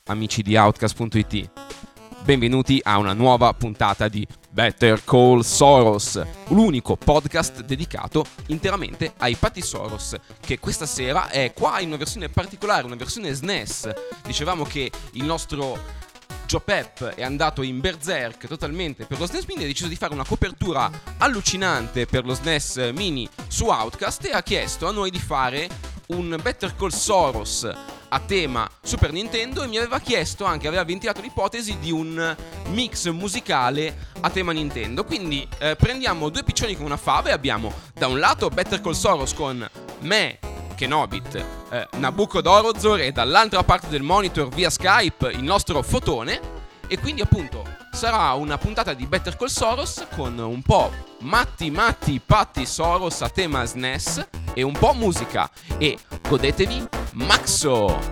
amici di Outcast.it. Benvenuti a una nuova puntata di Better Call Soros, l'unico podcast dedicato interamente ai Patti Soros, che questa sera è qua in una versione particolare, una versione SNES. Dicevamo che il nostro Joe Pep è andato in berserk totalmente per lo SNES Mini e ha deciso di fare una copertura allucinante per lo SNES Mini su Outcast e ha chiesto a noi di fare un Better Call Soros a tema Super Nintendo e mi aveva chiesto anche, aveva ventilato l'ipotesi di un mix musicale a tema Nintendo. Quindi prendiamo due piccioni con una fava e abbiamo da un lato Better Call Soros con me, Kenobit, Nabucodonosor e dall'altra parte del monitor via Skype il nostro Fotone. E quindi appunto sarà una puntata di Better Call Soros con un po' Matti Patti Soros a tema SNES e un po' musica. E godetevi Maxo!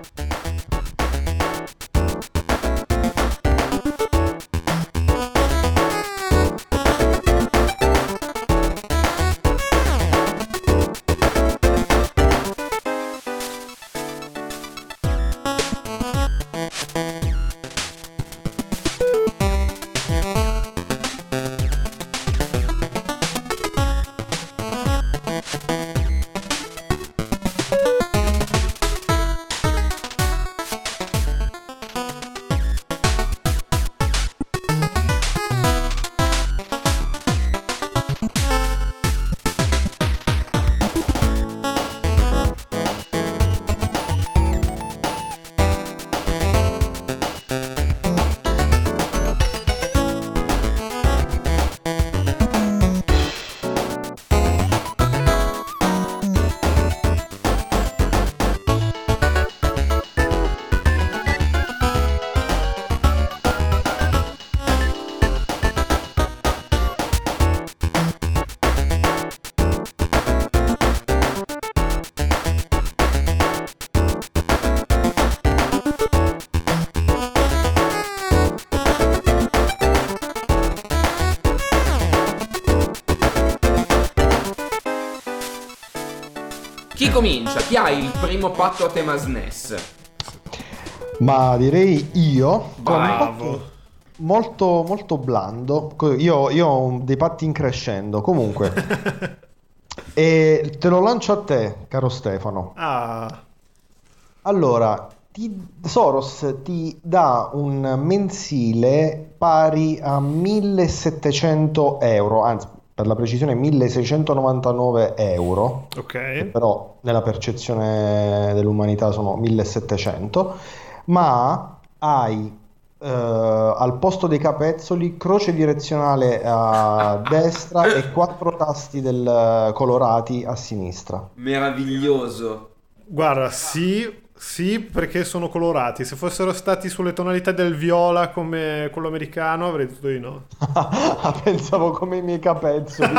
Chi comincia? Chi ha il primo patto a tema SNES? Ma direi io. Bravo. Molto molto blando. Io ho dei patti in crescendo. Comunque e te lo lancio a te, caro Stefano. Allora, Soros ti dà un mensile pari a 1.700 euro, anzi per la precisione 1.699 euro, Ok. però nella percezione dell'umanità sono 1.700, ma hai al posto dei capezzoli croce direzionale a destra e 4 tasti colorati a sinistra. Meraviglioso. Guarda, sì, perché sono colorati. Se fossero stati sulle tonalità del viola come quello americano avrei detto di no. Pensavo come i miei capezzoli.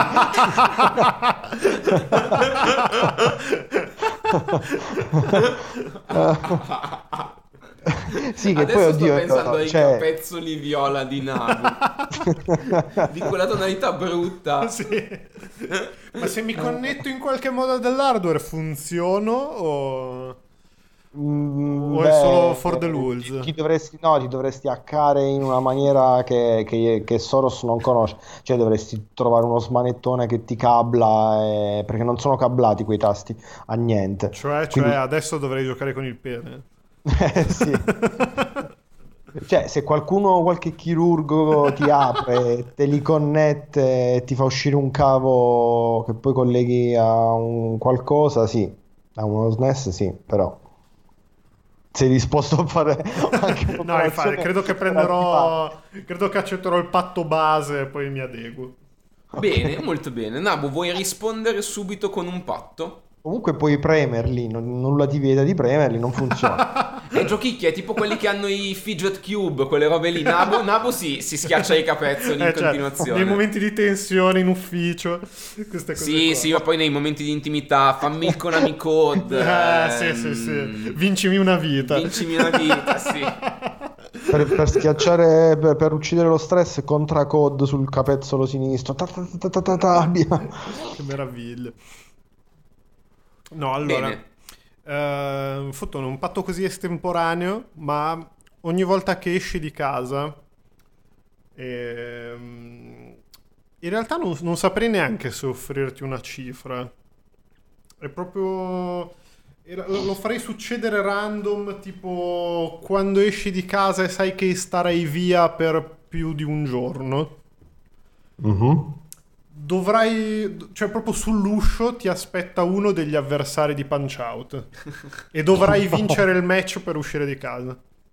Sì, che adesso poi oddio, sto pensando ai cioè... capezzoli viola di Nabu. Di quella tonalità brutta. Sì. Ma se mi connetto in qualche modo dell'hardware funziono o è solo for the rules? Ti dovresti hackare in una maniera che Soros non conosce. Cioè dovresti trovare uno smanettone che ti cabla, perché non sono cablati quei tasti a niente. Cioè adesso dovrei giocare con il pene. Sì. Cioè, se qualche chirurgo ti apre, te li connette e ti fa uscire un cavo che poi colleghi a un qualcosa, sì, a uno SNES, sì, però sei disposto a fare anche No, infatti, credo che accetterò il patto base e poi mi adeguo. Bene, molto bene. Nabu, vuoi rispondere subito con un patto? Comunque puoi premerli, nulla ti vieta di premerli, non funziona. Giochicchia, è tipo quelli che hanno i fidget cube, quelle robe lì. Nabu si schiaccia i capezzoli in continuazione. Nei momenti di tensione in ufficio, queste cose sì, ma poi nei momenti di intimità, fammi il Konami Code. Sì. Vincimi una vita, sì. Per schiacciare, per uccidere lo stress, contracode sul capezzolo sinistro. Che meraviglia. No, allora, Fotone, un patto così estemporaneo, ma ogni volta che esci di casa, in realtà non saprei neanche se offrirti una cifra. È proprio... Lo farei succedere random, tipo quando esci di casa e sai che starai via per più di un giorno. Dovrai, cioè proprio sull'uscio ti aspetta uno degli avversari di Punch-Out e dovrai vincere il match per uscire di casa.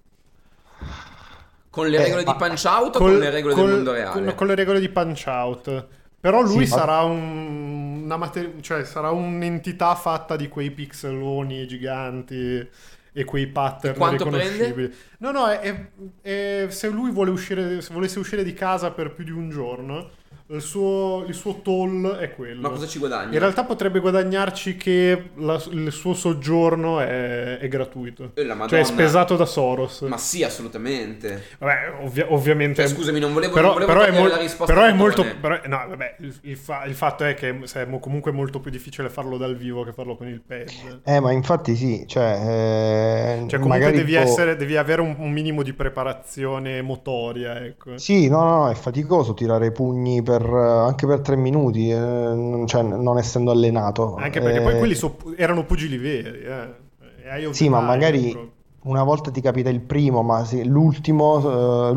Con le regole di Punch-Out o con le regole del mondo reale? Con le regole di Punch-Out. Però lui Sì, sarà cioè sarà un'entità fatta di quei pixeloni giganti e quei pattern E quanto riconoscibili. prende? No, se lui se volesse uscire di casa per più di un giorno, il suo toll è quello. Ma cosa ci guadagna? In realtà potrebbe guadagnarci che il suo soggiorno è gratuito. La Madonna. Cioè è spesato da Soros. Ma sì, assolutamente. Vabbè, ovviamente. Cioè, scusami, non volevo però togliere è la risposta. però è a molto. Tone. Però, no, vabbè, il fatto è che è comunque molto più difficile farlo dal vivo che farlo con il pad. Ma infatti sì, cioè Comunque magari devi avere un minimo di preparazione motoria, ecco. Sì, no, è faticoso tirare i pugni anche per 3 minuti, cioè non essendo allenato. Anche perché poi quelli erano pugili veri, Sì, ma magari una volta ti capita il primo, ma sì, l'ultimo,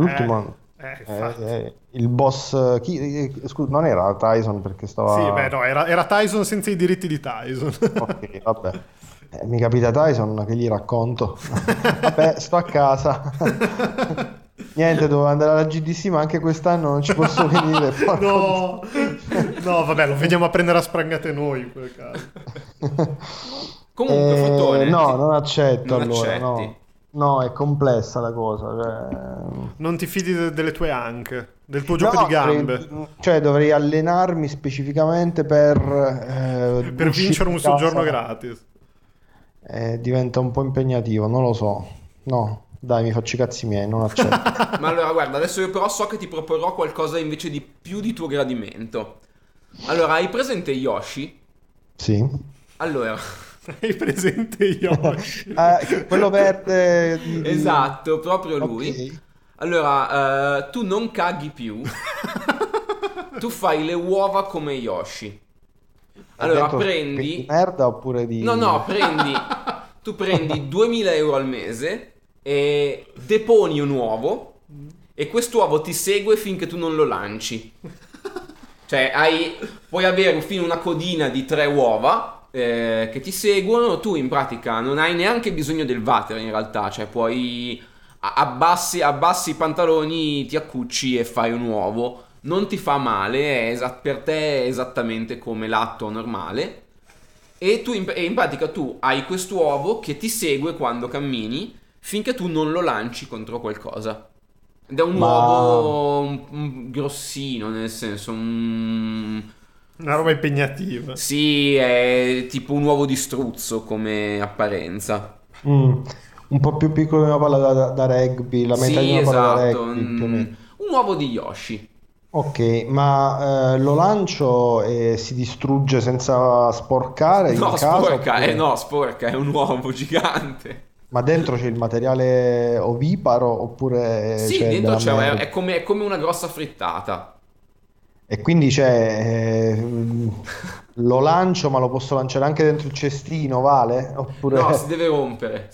il boss, scusa, non era Tyson perché stava... Sì, beh, no, era Tyson senza i diritti di Tyson. Ok, vabbè. Mi capita Tyson che gli racconto. Vabbè, sto a casa. Niente, dovevo andare alla GDC, ma anche quest'anno non ci posso venire. No, vabbè, lo veniamo a prendere a sprangate noi in quel caso. Comunque, Fotone. No, non accetto non allora. accetti. No, è complessa la cosa. Non ti fidi delle tue anche, del tuo gioco di gambe. Dovrei allenarmi specificamente per vincere un soggiorno gratis. Diventa un po' impegnativo, non lo so. No. Dai, mi faccio i cazzi miei, non accetto. Ma allora, guarda, adesso io però so che ti proporrò qualcosa invece di più di tuo gradimento. Allora, hai presente Yoshi? Sì. Allora... Hai presente Yoshi? Quello verde... Esatto, proprio lui. Okay. Allora, tu non caghi più. Tu fai le uova come Yoshi. Allora, prendi... Di merda oppure di... No, tu prendi 2000 euro al mese... e deponi un uovo e quest'uovo ti segue finché tu non lo lanci. Cioè puoi avere fino una codina di 3 uova che ti seguono. Tu in pratica non hai neanche bisogno del water in realtà. Cioè puoi abbassi i pantaloni, ti accucci e fai un uovo. Non ti fa male, per te è esattamente come l'atto normale. E tu in pratica tu hai quest'uovo che ti segue quando cammini finché tu non lo lanci contro qualcosa. Ed è un uovo un grossino, nel senso una roba impegnativa. Sì, è tipo un uovo di struzzo come apparenza. Un po' più piccolo di una palla da rugby, la metà di una palla da rugby più o meno. Un uovo di Yoshi. Ok, ma lo lancio e si distrugge senza sporcare in casa? Sporca, è un uovo gigante. Ma dentro c'è il materiale oviparo oppure sì, c'è dentro merda? è come una grossa frittata. E quindi lo lancio, ma lo posso lanciare anche dentro il cestino, vale? Oppure... No, si deve rompere.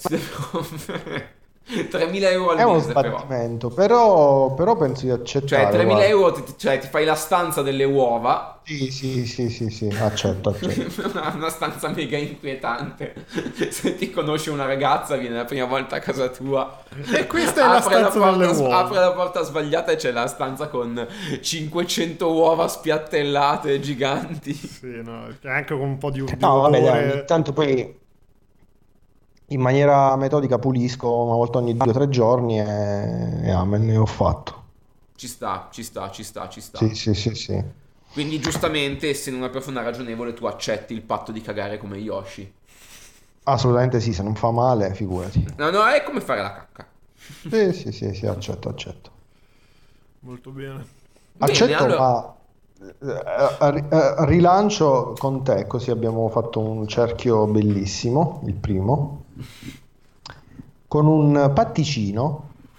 3.000 euro al è uno mese sbattimento, però penso di accettare. Cioè 3.000 guarda. euro ti fai la stanza delle uova. Sì, accetto. Una stanza mega inquietante. Se ti conosce una ragazza, viene la prima volta a casa tua e questa è la stanza delle uova. Apre la porta sbagliata e c'è la stanza con 500 uova spiattellate giganti. Sì, no, anche con un po' di no, odore. vabbè, dai, tanto poi in maniera metodica pulisco una volta ogni 2 o 3 giorni e amen, ne ho fatto. Ci sta. Sì. Quindi giustamente, essendo una persona ragionevole, tu accetti il patto di cagare come Yoshi. Assolutamente sì, se non fa male, figurati. No, è come fare la cacca. Sì, accetto. Molto bene. Accetto, allora... ma rilancio con te, così abbiamo fatto un cerchio bellissimo, il primo, con un patticino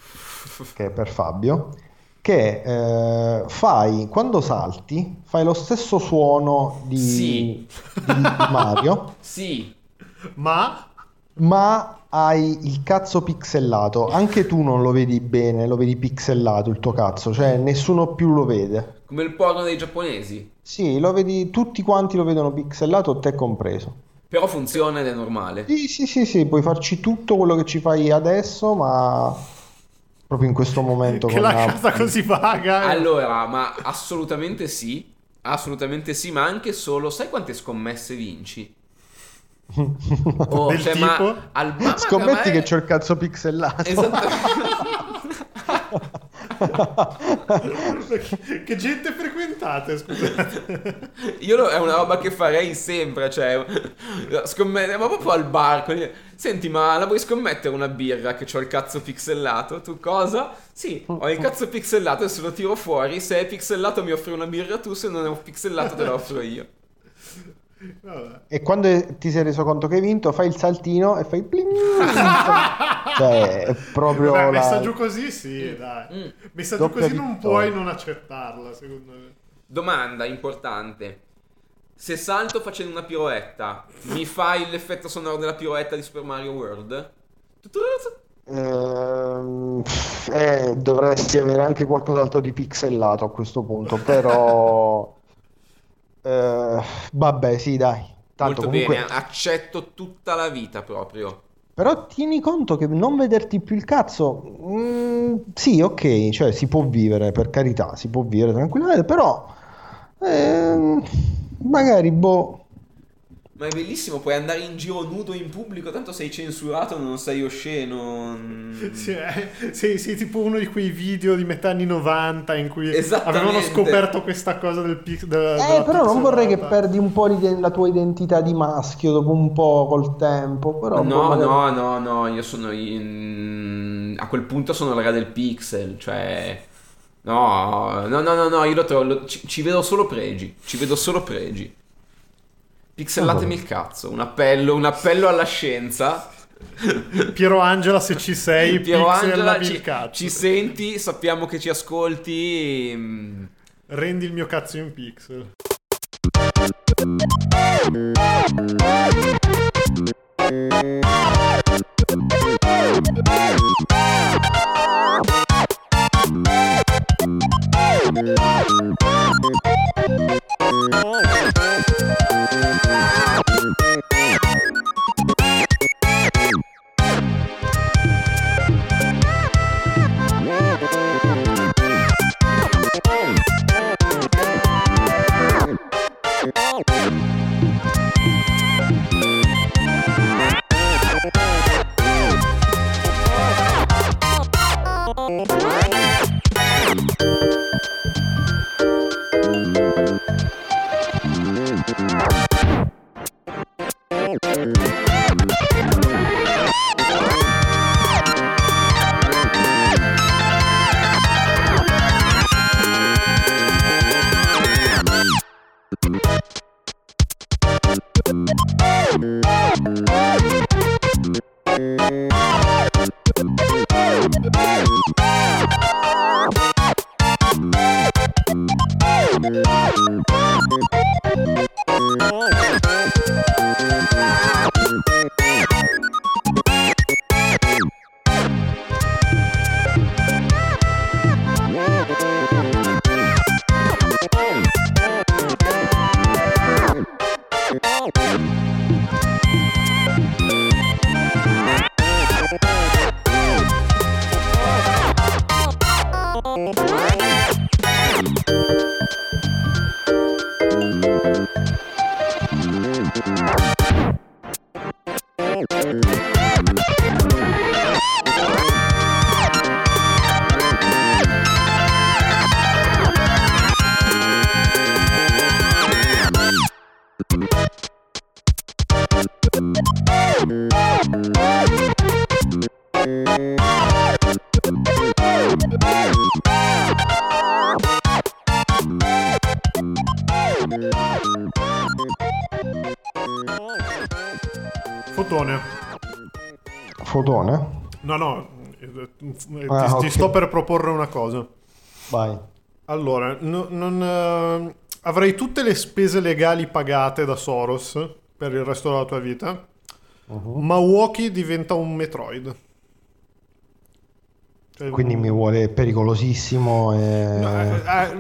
che è per Fabio, che quando salti fai lo stesso suono Sì. di Mario, Sì. ma hai il cazzo pixelato. Anche tu non lo vedi bene, lo vedi pixelato il tuo cazzo, cioè nessuno più lo vede. Come il porno dei giapponesi. Sì, lo vedi, tutti quanti lo vedono pixelato, te compreso. Però funziona ed è normale. Sì, sì, sì, sì, puoi farci tutto quello che ci fai adesso, ma proprio in questo momento Che con la casa così vaga. Allora, ma assolutamente sì, ma anche solo, sai quante scommesse vinci? Oh, Del tipo? Scommetti che c'ho il cazzo pixelato. Che gente frequentate, scusate. Io è una roba che farei sempre, cioè scommettere, ma proprio al bar. Senti, ma la vuoi scommettere una birra che c'ho il cazzo pixelato? Tu cosa? Sì, ho il cazzo pixelato e se lo tiro fuori, se è pixelato mi offri una birra tu, se non è pixelato te la offro io. Vabbè. E quando ti sei reso conto che hai vinto, fai il saltino e fai bling. Cioè, è proprio Vabbè, la messa giù così, sì, dai. Messa giù doppia così non vittoria. puoi non accettarla, secondo me. Domanda importante. Se salto facendo una piroetta, mi fai l'effetto sonoro della piroetta di Super Mario World? Dovresti avere anche qualcos'altro di pixelato a questo punto, però vabbè, sì, dai. Tanto Molto comunque, bene, accetto tutta la vita proprio. però tieni conto che non vederti più il cazzo, sì, ok, cioè si può vivere, per carità, si può vivere tranquillamente, però magari, boh. Ma è bellissimo, puoi andare in giro nudo in pubblico, tanto sei censurato, non sei osceno. Sei tipo uno di quei video di metà anni 90 in cui Esattamente. avevano scoperto questa cosa del Però non vorrei che perdi un po' la tua identità di maschio dopo un po' col tempo, però boh, magari... No, io sono a quel punto sono l'era del pixel, cioè no, io lo trovo, ci vedo solo pregi, Pixellatemi il cazzo, un appello alla scienza. Piero Angela, se ci sei, Piero Angela, pixelavi il cazzo. ci senti, sappiamo che ci ascolti. Rendi il mio cazzo in pixel. Fotone? No, Ti sto per proporre una cosa. Vai. Allora, avrai tutte le spese legali pagate da Soros per il resto della tua vita, ma Wookie diventa un Metroid. Cioè, Quindi mi vuole pericolosissimo e...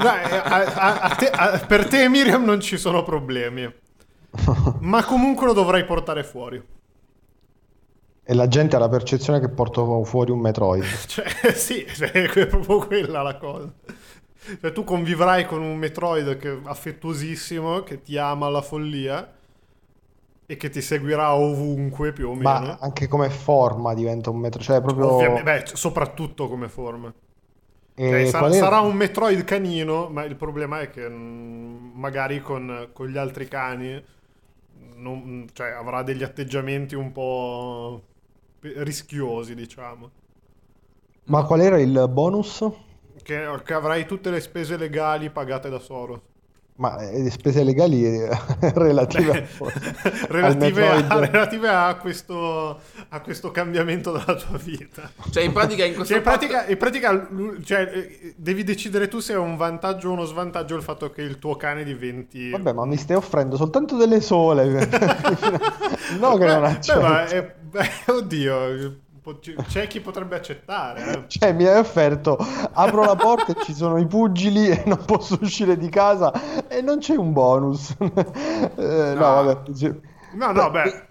per te, Miriam, non ci sono problemi. Ma comunque lo dovrai portare fuori. E la gente ha la percezione che porto fuori un Metroid. Cioè, sì, è proprio quella la cosa. Cioè, tu convivrai con un Metroid che è affettuosissimo, che ti ama alla follia e che ti seguirà ovunque più o meno. Ma anche come forma diventa un Metroid, cioè proprio... Ovviamente, soprattutto come forma. E Sarà un Metroid canino, ma il problema è che magari con gli altri cani cioè, avrà degli atteggiamenti un po' rischiosi, diciamo. Ma qual era il bonus? Che avrai tutte le spese legali pagate da Soros. Ma le spese legali relative, relative a questo cambiamento della tua vita. Cioè, in pratica, in pratica, cioè, devi decidere tu se è un vantaggio o uno svantaggio il fatto che il tuo cane diventi... Vabbè, ma mi stai offrendo soltanto delle sole. No, che non accetto. Oddio, c'è chi potrebbe accettare. Cioè, mi hai offerto, apro la porta e ci sono i pugili e non posso uscire di casa e non c'è un bonus. No, vabbè. No, beh.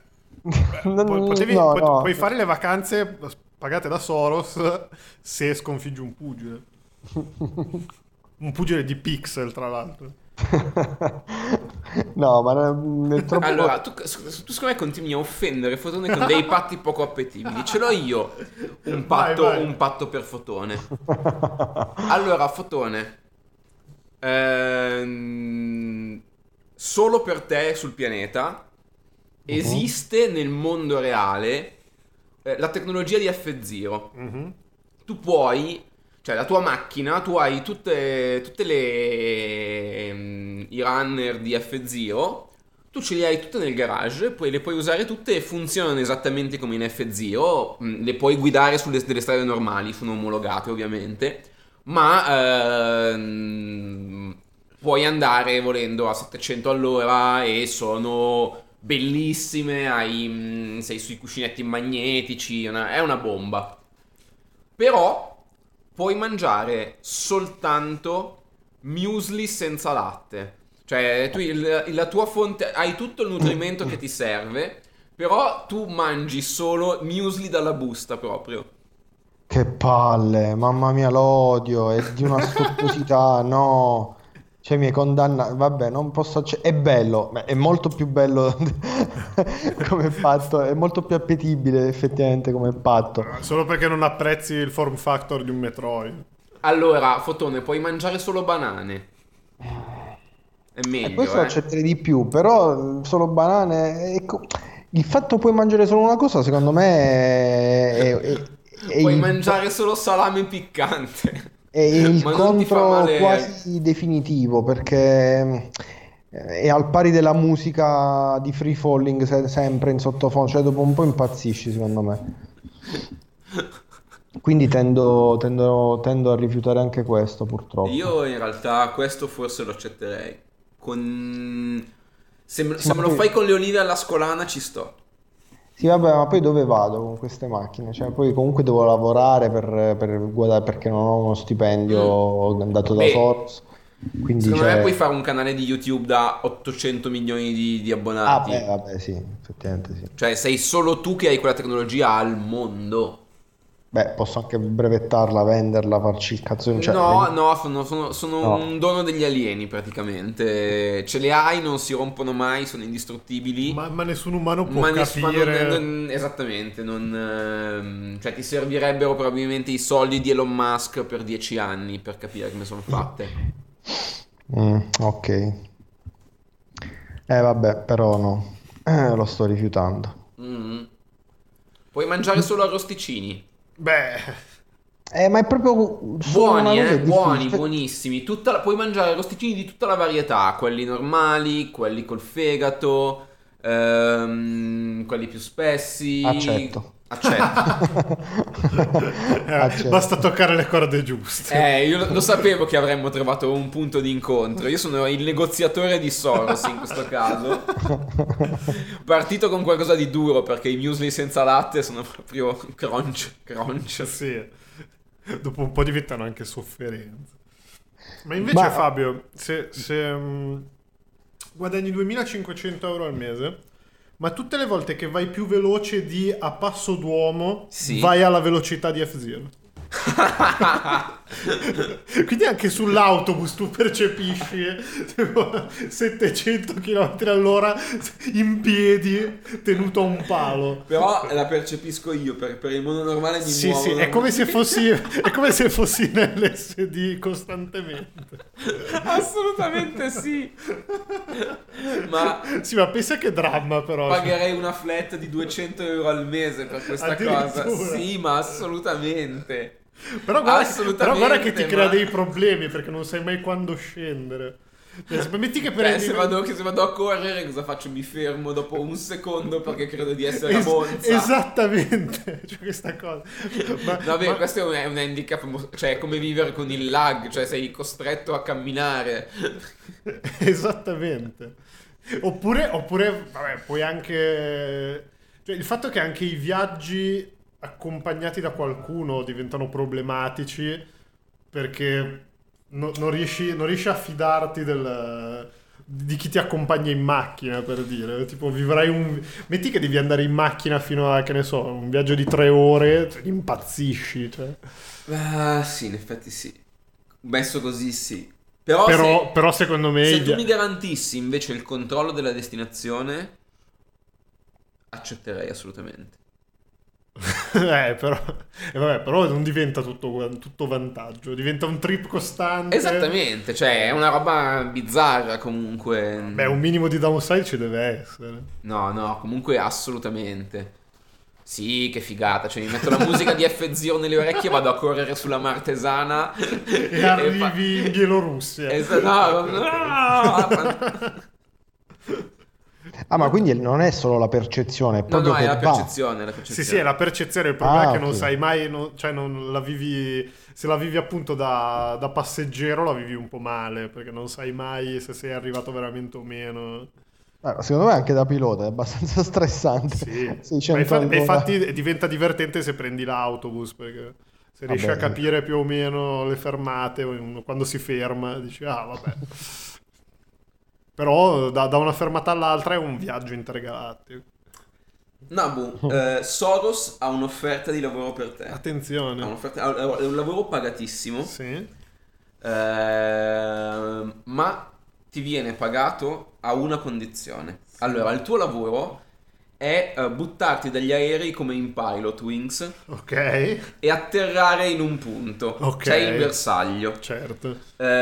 Puoi fare le vacanze pagate da Soros se sconfiggi un pugile. Un pugile di pixel, tra l'altro. No, ma è troppo... Allora, tu secondo me continui a offendere Fotone con dei patti poco appetibili. Ce l'ho io un patto per Fotone. Allora, Fotone, solo per te sul pianeta esiste nel mondo reale la tecnologia di F-Zero. Tu puoi... Cioè, la tua macchina, tu hai tutte i runner di F-Zero, tu ce li hai tutte nel garage, poi le puoi usare tutte e funzionano esattamente come in F-Zero, le puoi guidare delle strade normali, sono omologate ovviamente, ma puoi andare volendo a 700 all'ora e sono bellissime, sei sui cuscinetti magnetici, è una bomba. Però... puoi mangiare soltanto muesli senza latte. Cioè, tu la tua fonte... hai tutto il nutrimento che ti serve, però tu mangi solo muesli dalla busta proprio. Che palle, mamma mia, l'odio, è di una stupidità, no. Cioè, mi condanna... Vabbè, non posso... È bello, è molto più bello come fatto, è molto più appetibile effettivamente come patto. Solo perché non apprezzi il form factor di un Metroid. Allora, Fotone, puoi mangiare solo banane. È meglio, questo accetterei di più, però solo banane... Il fatto puoi mangiare solo una cosa, secondo me puoi mangiare solo salame piccante. È il contro quasi definitivo, perché è al pari della musica di Free Falling sempre in sottofondo, cioè dopo un po' impazzisci secondo me. Quindi tendo a rifiutare anche questo, purtroppo. Io in realtà questo forse lo accetterei. Se me lo fai con le olive alla scolana ci sto. Sì, vabbè, ma poi dove vado con queste macchine? Cioè, poi comunque devo lavorare per guadagnare, perché non ho uno stipendio dato da Soros. Quindi secondo me puoi fare un canale di YouTube da 800 milioni di abbonati. Vabbè, sì, effettivamente sì. Cioè, sei solo tu che hai quella tecnologia al mondo. Beh, posso anche brevettarla, venderla, farci il cazzo. Cioè, sono un dono degli alieni praticamente. Ce le hai, non si rompono mai, sono indistruttibili. Ma nessun umano può capire. Esattamente, cioè ti servirebbero probabilmente i soldi di Elon Musk per 10 anni per capire come sono fatte. Ok. Vabbè, però no. Lo sto rifiutando. Puoi mangiare solo arrosticini. Beh, ma è proprio buoni, buonissimi. Puoi mangiare arrosticini di tutta la varietà, quelli normali, quelli col fegato, quelli più spessi. Accetto. Accetto. Basta toccare le corde giuste. Io lo sapevo che avremmo trovato un punto di incontro. Io sono il negoziatore di Soros in questo caso. Partito con qualcosa di duro perché i muesli senza latte sono proprio crunch. Sì. Dopo un po' diventano anche sofferenze. Ma invece Fabio, se guadagni 2.500 euro al mese, ma tutte le volte che vai più veloce di a passo d'uomo, sì, vai alla velocità di F-Zero. Quindi anche sull'autobus tu percepisci 700 km all'ora in piedi tenuto a un palo. Però la percepisco io, per il mondo normale mi sì, muovo. Sì, è come se fossi nell'SD costantemente. Assolutamente sì. Ma pensa che dramma, però. Pagherei una flat di 200 euro al mese per questa cosa. Sì, ma assolutamente. Però guarda che ti crea dei problemi, perché non sai mai quando scendere. Metti che se vado a correre, cosa faccio? Mi fermo dopo un secondo perché credo di essere a Monza. Esattamente, cioè questa cosa. Questo è un handicap, cioè è come vivere con il lag, cioè sei costretto a camminare. Esattamente. Oppure vabbè, puoi anche, cioè, il fatto che anche i viaggi accompagnati da qualcuno diventano problematici perché non riesci a fidarti di chi ti accompagna in macchina, per dire. Tipo, metti che devi andare in macchina fino a, che ne so, un viaggio di 3 ore, cioè, impazzisci, cioè. Sì, in effetti sì. Messo così sì. Però secondo me se tu mi garantissi invece il controllo della destinazione, accetterei assolutamente. Però non diventa tutto vantaggio, diventa un trip costante. Esattamente, cioè è una roba bizzarra comunque. Beh, un minimo di downside ci deve essere. No, comunque assolutamente. Sì, che figata, cioè mi metto la musica di F-Zero nelle orecchie e vado a correre sulla Martesana e arrivi in Bielorussia. Ma quindi non è solo la percezione, è proprio è la percezione, Sì, è la percezione. Il problema è che non sai mai, non la vivi. Se la vivi appunto da passeggero, la vivi un po' male, perché non sai mai se sei arrivato veramente o meno. Secondo me anche da pilota è abbastanza stressante. Sì. Infatti diventa divertente se prendi l'autobus, perché se riesci a capire più o meno le fermate, quando si ferma dici vabbè. Però da una fermata all'altra è un viaggio intergalattico. Nabu, Soros ha un'offerta di lavoro per te. Attenzione. È un lavoro pagatissimo. Sì. Ma ti viene pagato a una condizione. Allora, il tuo lavoro è buttarti dagli aerei come in Pilot Wings. Ok. E atterrare in un punto. Ok. C'è il bersaglio. Certo.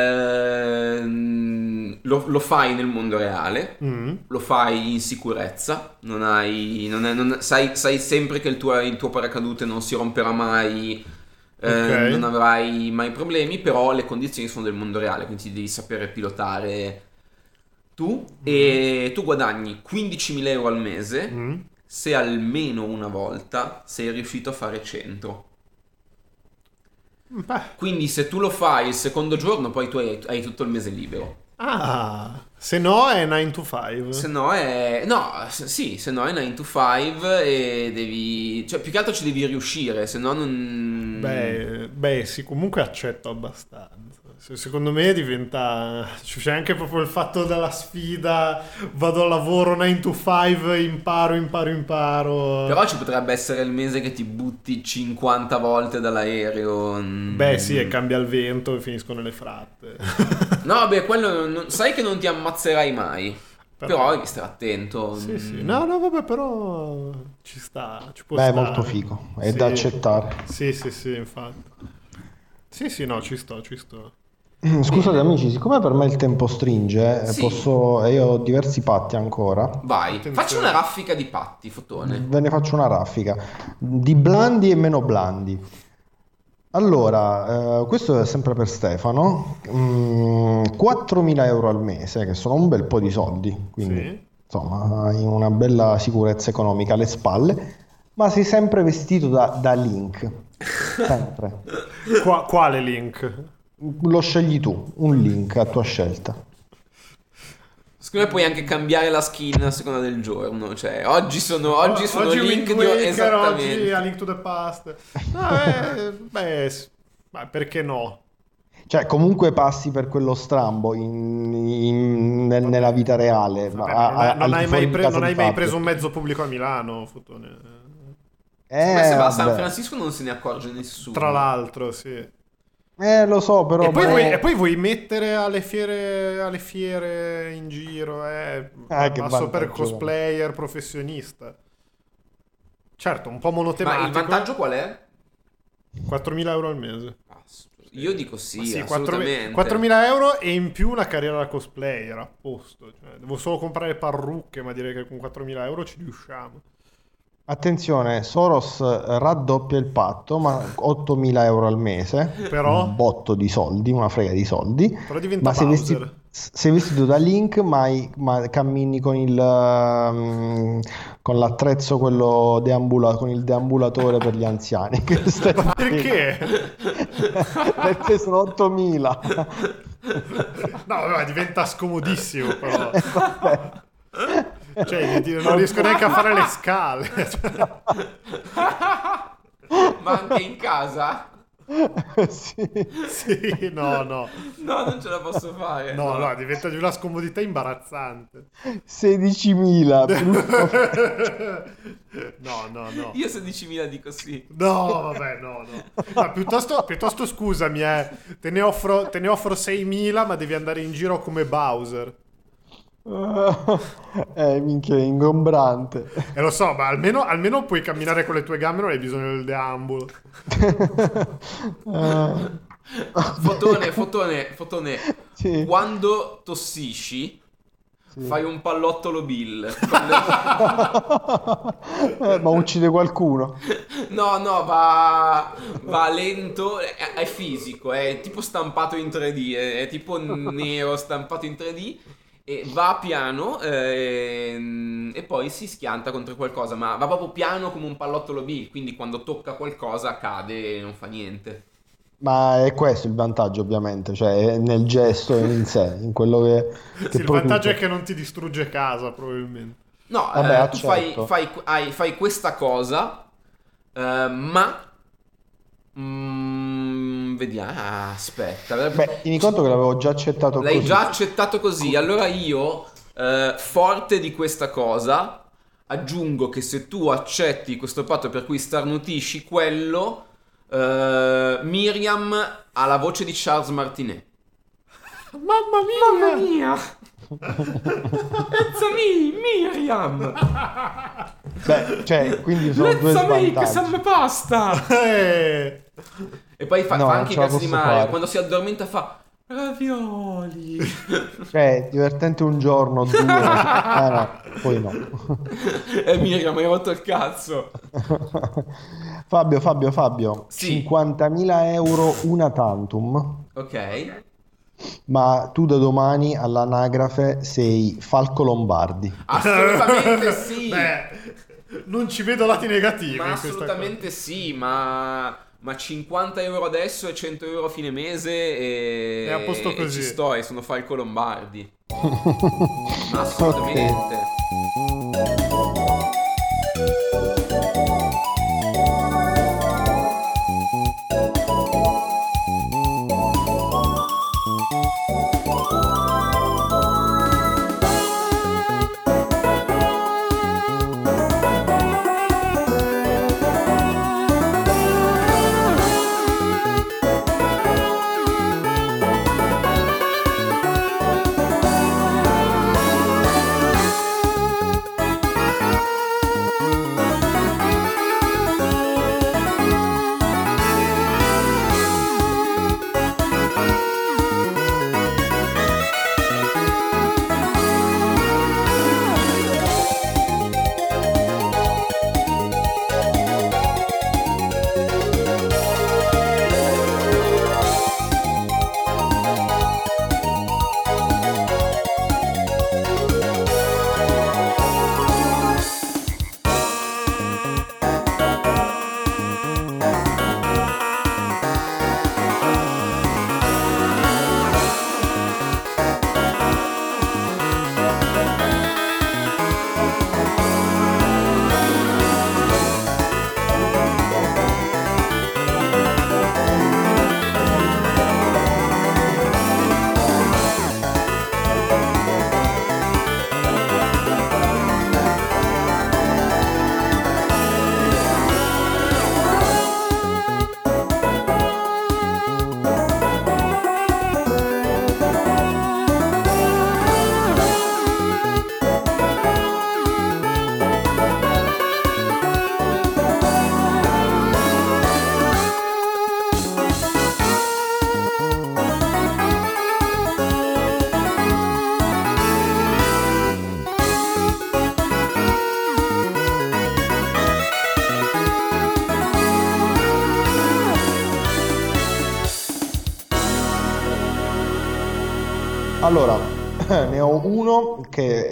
Lo fai nel mondo reale. Lo fai in sicurezza. Sai sempre che il tuo paracadute non si romperà mai. Okay. Non avrai mai problemi. Però le condizioni sono del mondo reale, quindi devi sapere pilotare tu. E tu guadagni 15.000 euro al mese se almeno una volta sei riuscito a fare centro. Quindi se tu lo fai il secondo giorno, poi tu hai tutto il mese libero. Se no è 9 to 5. Se no è 9 to 5 e devi, cioè più che altro ci devi riuscire, se no non. Beh, sì, comunque accetto abbastanza. Secondo me diventa, c'è anche proprio il fatto della sfida, vado al lavoro 9 to 5, imparo. Però ci potrebbe essere il mese che ti butti 50 volte dall'aereo. Beh sì, e cambia il vento e finisco nelle fratte. No, quello sai che non ti ammazzerai mai. Però devi stare attento. Sì. No, vabbè, però ci sta, ci può stare. È molto figo, è da accettare. Sì, infatti. Sì, no, ci sto. Scusate amici, siccome per me il tempo stringe, sì. Io ho diversi patti ancora. Vai, faccio una raffica di patti, fotone. Ve ne faccio una raffica di blandi e meno blandi. Allora, questo è sempre per Stefano. 4.000 euro al mese, che sono un bel po' di soldi, quindi insomma hai una bella sicurezza economica alle spalle. Ma sei sempre vestito da Link, sempre. Quale Link? Lo scegli tu, un Link a tua scelta. Secondo me puoi anche cambiare la skin a seconda del giorno. Cioè, oggi sono Link Wind Waker, esattamente. oggi a Link to the Past. Beh, perché no? Cioè, comunque passi per quello strambo nella vita reale. Vabbè, non hai mai Fabio. preso un mezzo pubblico a Milano, Fotone. Se va a San Vabbè. Francisco non se ne accorge nessuno. Tra l'altro, sì. Lo so, però... E poi vuoi mettere alle fiere in giro, che passo per vantaggio. cosplayer professionista. Certo, un po' Ma monotematico. il vantaggio qual è? 4.000 euro al mese. Io dico sì, Ma sì, assolutamente. 4.000 euro e in più una carriera da cosplayer, a posto. Cioè, devo solo comprare parrucche, ma direi che con 4.000 euro ci riusciamo. Attenzione, Soros raddoppia il patto, ma 8.000 euro al mese, Però? un botto di soldi, una frega di soldi. Però diventa Ma sei Bowser. sei vestito da Link, ma cammini con con l'attrezzo, quello con il deambulatore per gli anziani. Perché? Perché sono 8.000. No, vabbè, diventa scomodissimo, però. Vabbè. Cioè, non riesco neanche a fare le scale. Ma anche in casa? Sì. Sì, no. No, non ce la posso fare. No, diventa di una scomodità imbarazzante. 16.000 No. Io 16.000 dico sì. No, vabbè, no. Ma piuttosto scusami, te ne offro 6.000, ma devi andare in giro come Bowser. Minchia, è ingombrante. Lo so, ma almeno puoi camminare con le tue gambe, non hai bisogno del deambulo. Fotone. Sì. Quando tossisci, fai un pallottolo Bill. Ma uccide qualcuno. No, va lento, è fisico, è tipo stampato in 3D, è tipo nero stampato in 3D. E va piano e poi si schianta contro qualcosa, ma va proprio piano come un pallottolo Bill, quindi quando tocca qualcosa cade e non fa niente. Ma è questo il vantaggio, ovviamente, cioè è nel gesto in sé, in quello che Sì, il produce. vantaggio è che non ti distrugge casa, probabilmente. No, Vabbè, tu certo. fai questa cosa, ma vediamo. Aspetta. Beh, tieni conto che l'avevo già accettato L'hai così. già accettato così. Allora io, forte di questa cosa, aggiungo che se tu accetti questo patto per cui starnutisci quello, Miriam ha la voce di Charles Martinet. Mamma mia! It's me, Miriam! Beh, cioè, quindi sono due svantaggi. pasta! E poi fa No, fa non anche i ce la cazzi di posso Mario. fare. Quando si addormenta fa ravioli. Cioè, divertente un giorno, due. No, poi no. E Miriam, mi hai rotto il cazzo. Fabio, Sì. 50.000 euro una tantum, Ok. ma tu da domani all'anagrafe sei Falco Lombardi. Assolutamente sì. Beh, non ci vedo lati negativi Ma in questa assolutamente sì, ma 50 euro adesso e 100 euro a fine mese e, È a posto e così. ci sto e sono Falco Lombardi. Ma assolutamente. Allora, ne ho uno che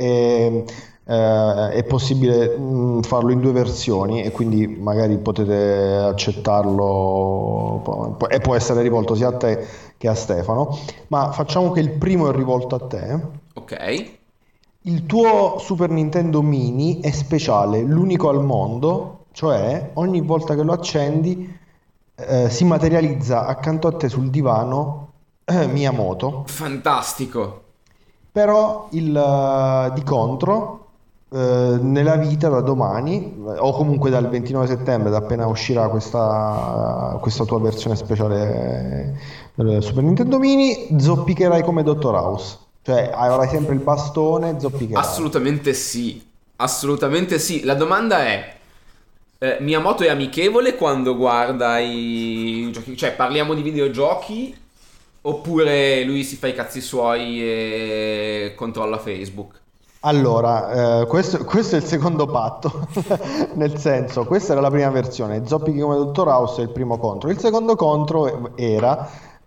è possibile farlo in due versioni e quindi magari potete accettarlo e può essere rivolto sia a te che a Stefano, ma facciamo che il primo è rivolto a te. Ok. Il tuo Super Nintendo Mini è speciale, l'unico al mondo, cioè ogni volta che lo accendi si materializza accanto a te sul divano Miyamoto. Fantastico. Però di contro, nella vita da domani, o comunque dal 29 settembre, da appena uscirà questa tua versione speciale del Super Nintendo Mini, zoppicherai come Dottor House. Cioè, avrai sempre il bastone, zoppicherai. Assolutamente sì. Assolutamente sì. La domanda è: Miyamoto è amichevole quando guarda i giochi? Cioè, parliamo di videogiochi? Oppure lui si fa i cazzi suoi e controlla Facebook? Allora, questo è il secondo patto, nel senso, questa era la prima versione, zoppichi come Dottor House è il primo contro. Il secondo contro era,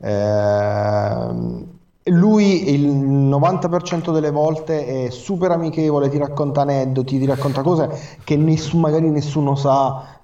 lui il 90% delle volte è super amichevole, ti racconta aneddoti, ti racconta cose che magari nessuno sa,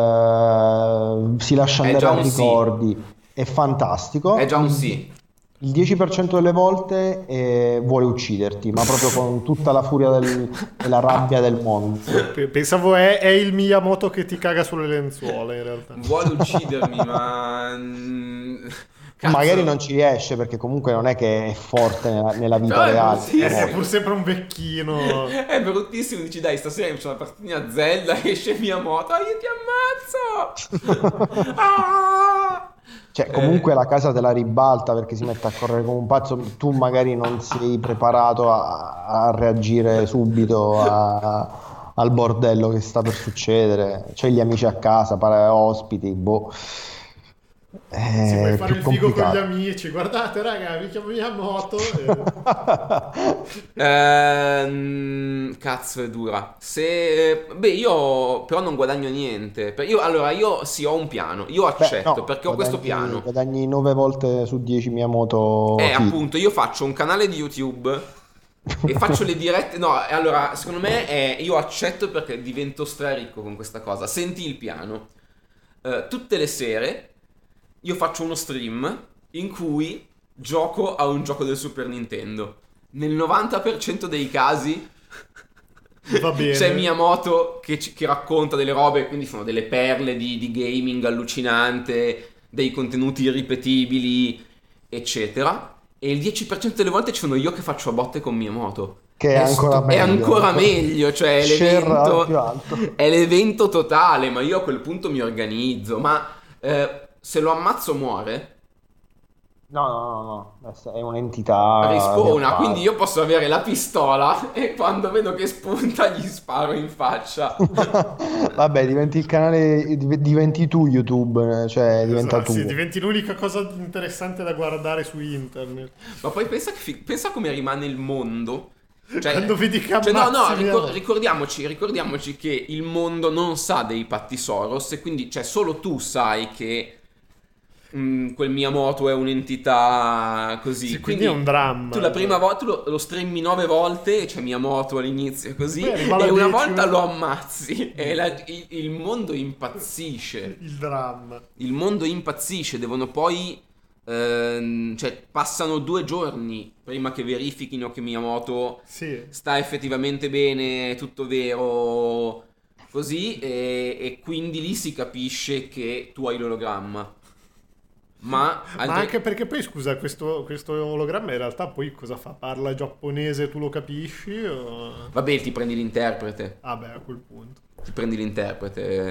si lascia È andare già a un sì. ricordi, è È fantastico. già un sì. Il 10% delle volte vuole ucciderti, ma proprio con tutta la furia e la rabbia del mondo. Pensavo è il Miyamoto che ti caga sulle lenzuola in realtà. Vuole uccidermi, ma... Magari Cazzo. non ci riesce perché comunque non è che è forte nella Però vita è reale. È bruttissimo. pur sempre un vecchino. È bruttissimo. Dici, dai, stasera c'è una partitina a Zelda, esce Miyamoto. Ah, io ti ammazzo! Ah! Cioè, comunque la casa te la ribalta perché si mette a correre come un pazzo. Tu magari non sei preparato a reagire subito al bordello che sta per succedere. C'hai gli amici a casa, ospiti, boh. Si vuoi È fare più il figo con gli complicato. amici. Guardate, raga, mi chiamo Miyamoto. Cazzo è dura. Se... Beh, io però non guadagno niente. Io sì, ho un piano. Io Beh, accetto no, perché ho questo piano. guadagni 9 volte su 10 Miyamoto Kid. Appunto, io faccio un canale di YouTube e faccio le dirette. No, allora, secondo me io accetto perché divento straricco con questa cosa. Senti il piano. Tutte le sere io faccio uno stream in cui gioco a un gioco del Super Nintendo. Nel 90% dei casi Va c'è bene. Miyamoto che racconta delle robe, quindi sono delle perle di gaming allucinante, dei contenuti irripetibili, eccetera. E il 10% delle volte ci sono io che faccio a botte con Miyamoto. Che è ancora È meglio. ancora meglio, cioè Share al più alto. è l'evento totale, ma io a quel punto mi organizzo. Ma se lo ammazzo muore? No, no, no, no, è un'entità a Rispona, quindi parte. io posso avere la pistola e quando vedo che spunta gli sparo in faccia. Vabbè, diventi il canale, diventi tu YouTube, cioè diventa Esatto, sì, tuo. diventi l'unica cosa interessante da guardare su internet. Ma poi pensa come rimane il mondo. Quando vedi che No, no, ammazzi Miyamoto. ricordiamoci che il mondo non sa dei patti Soros e quindi, cioè, solo tu sai che quel Miyamoto è un'entità così. Sì, quindi è un dramma. Tu la prima volta lo streami 9 volte e c'è Miyamoto all'inizio così Poi arriva la e una 10ª. volta lo ammazzi e il mondo impazzisce. Il dramma. Il mondo impazzisce, devono poi... cioè, passano 2 giorni prima che verifichino che Miyamoto Sì. sta effettivamente bene, è tutto vero, così, e quindi lì si capisce che tu hai l'ologramma. Ma Ma anche perché poi, scusa, questo ologramma in realtà poi cosa fa? Parla giapponese, tu lo capisci? O... vabbè, ti prendi l'interprete. Ah beh, a quel punto. Ti prendi l'interprete.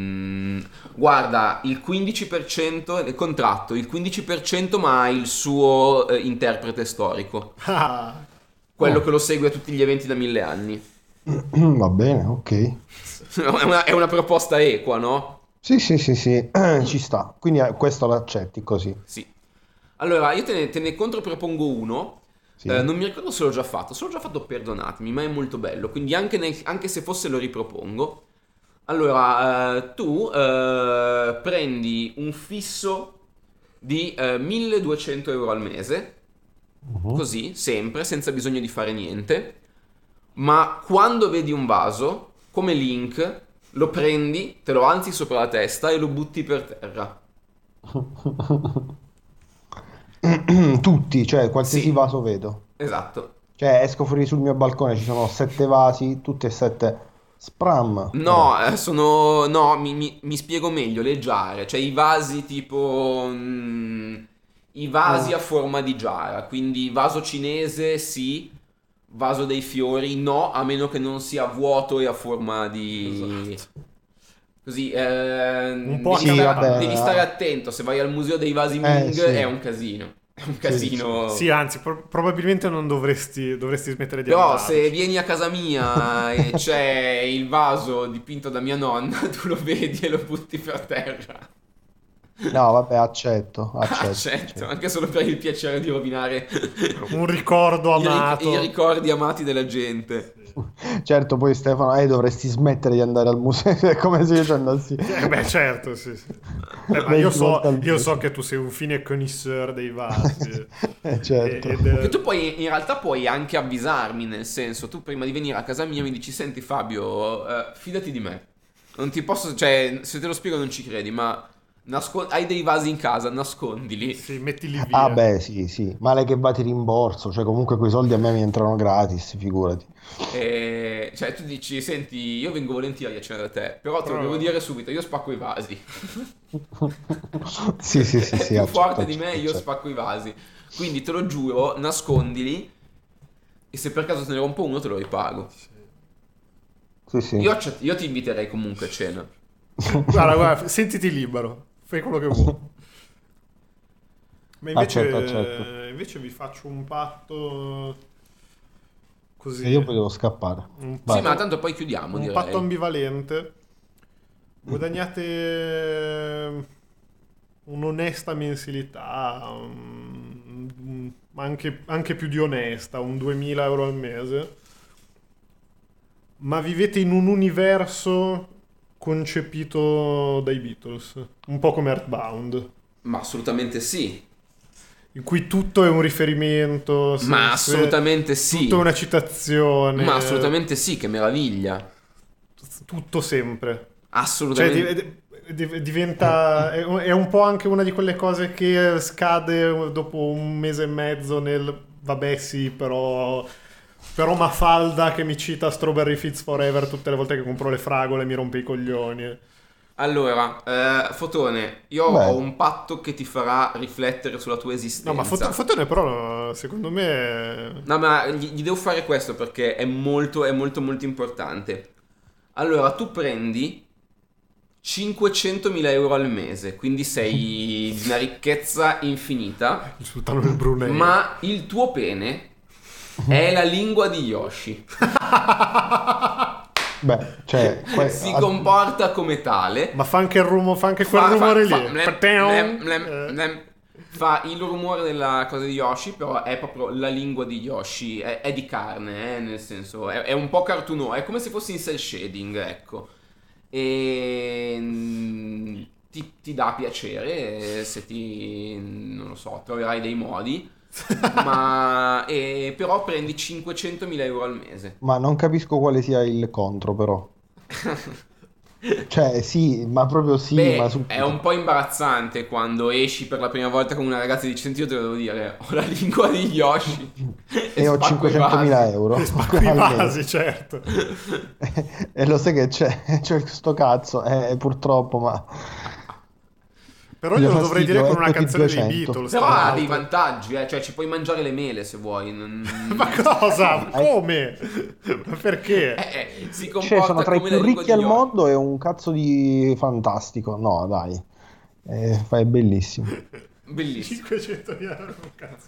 Guarda, il 15% del contratto, il 15% ma ha il suo interprete storico, Ah, quello Oh. che lo segue a tutti gli eventi da 1000 anni. Va bene, ok. È una proposta equa, no? Sì, sì, sì, sì, ci sta. Quindi questo lo accetti così. Sì. Allora, io te ne contropropongo uno. Sì. Non mi ricordo se l'ho già fatto. Se l'ho già fatto, perdonatemi, ma è molto bello. Quindi anche se fosse lo ripropongo. Allora, tu prendi un fisso di 1200 euro al mese così, sempre, senza bisogno di fare niente, ma quando vedi un vaso, come Link, lo prendi, te lo alzi sopra la testa e lo butti per terra. Tutti, cioè qualsiasi Sì. vaso vedo. Esatto. Cioè esco fuori sul mio balcone, ci sono 7 vasi, tutti e 7 spram. No, no, mi spiego meglio, le giare, cioè i vasi tipo... i vasi a forma di giara, quindi vaso cinese sì, vaso dei fiori no, a meno che non sia vuoto e a forma di... Esatto. Così, Un po' Sì, vabbè. devi stare attento, se vai al museo dei vasi Ming sì. è un casino. È un casino. Sì, anzi, probabilmente non dovresti smettere di Però andarci. se vieni a casa mia e c'è il vaso dipinto da mia nonna, tu lo vedi e lo butti per terra. No, vabbè, accetto. Accetto, anche solo per il piacere di rovinare Un ricordo amato. i ricordi amati della gente. Certo, poi Stefano, dovresti smettere di andare al museo, è come se io ci andassi. Beh, certo, sì. Ma 20 io volte al so mese. che tu sei un fine connoisseur dei vasi. Certo. Che tu poi in realtà puoi anche avvisarmi, nel senso, tu prima di venire a casa mia mi dici, senti Fabio, fidati di me. Non ti posso, cioè, se te lo spiego non ci credi, ma hai dei vasi in casa, nascondili. Sì, mettili via. Ah beh, sì, male che va ti rimborso, cioè comunque quei soldi a me mi entrano gratis, figurati. Cioè tu dici, senti, io vengo volentieri a cena da te, però te lo devo dire subito, io spacco i vasi. Sì, È più accetto, forte di me, io accetto. spacco i vasi. Quindi te lo giuro, nascondili e se per caso te ne rompo uno te lo ripago. Sì. Io ti inviterei comunque a cena. Guarda, sentiti libero, fai quello che vuoi. Ma Accetto. invece vi faccio un patto così. E io poi devo scappare. Un Vai. Sì, ma tanto poi chiudiamo, un direi. patto ambivalente. Guadagnate un'onesta mensilità, anche più di onesta, un 2000 euro al mese, ma vivete in un universo concepito dai Beatles, un po' come Earthbound, Ma assolutamente sì. in cui tutto è un riferimento, Ma assolutamente sì. tutto è una citazione, Ma assolutamente sì, che meraviglia. tutto sempre. Assolutamente. Cioè diventa è un po' anche una di quelle cose che scade dopo un mese e mezzo nel vabbè sì, però Mafalda che mi cita Strawberry Fields Forever tutte le volte che compro le fragole mi rompe i coglioni. Allora, Fotone, io Beh. ho un patto che ti farà riflettere sulla tua esistenza. No, ma Fotone però secondo me No, ma gli devo fare questo perché è molto molto importante. Allora, tu prendi 500.000 euro al mese, quindi sei di una ricchezza infinita, il sultano del Brunei. ma il tuo pene è la lingua di Yoshi. Beh, cioè, Si comporta come tale. Ma fa anche il fa anche quel rumore lì. Fa il rumore della cosa di Yoshi, però è proprio la lingua di Yoshi, è di carne, nel senso, è un po' cartoono, è come se fosse in cel shading, ecco. E ti dà piacere se non lo so, troverai dei modi, però prendi 500.000 euro al mese. Ma non capisco quale sia il contro, però. Cioè, sì, ma proprio sì, Beh, ma è un po' imbarazzante quando esci per la prima volta con una ragazza di 100, io te lo devo dire, ho la lingua di Yoshi E ho spacco i 500.000 vasi. euro. Spacco i al mese. vasi, certo. E lo sai che c'è questo cazzo, purtroppo, ma... Però Mi dà glielo dovrei dire fastidio, con una eccoti canzone dei 200. Beatles. Però tra ha l'altro. dei vantaggi, cioè ci puoi mangiare le mele se vuoi. Ma cosa? Come? Ma perché? Si Cioè, comporta sono tra i come la più lingua ricchi di al Yoshi. mondo e un cazzo di fantastico. No, dai. È bellissimo. Bellissimo. 500 euro, cazzo.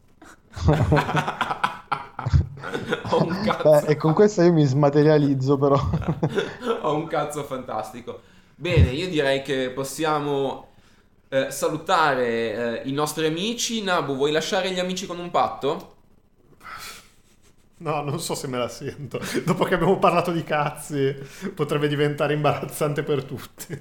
Ho un cazzo. E con questo io mi smaterializzo, però. Ho un cazzo fantastico. Bene, io direi che possiamo salutare i nostri amici. Nabu, vuoi lasciare gli amici con un patto? No, non so se me la sento. Dopo che abbiamo parlato di cazzi, potrebbe diventare imbarazzante per tutti.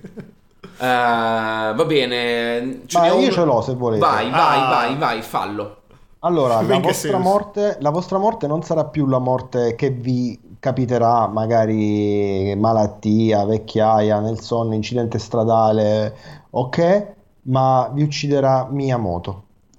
Va bene. Ma io ce l'ho, se volete. Vai, Ah. vai, fallo. Allora, In che senso? la vostra morte non sarà più la morte che vi capiterà, magari malattia, vecchiaia, nel sonno, incidente stradale, ok? Ma vi ucciderà Miyamoto.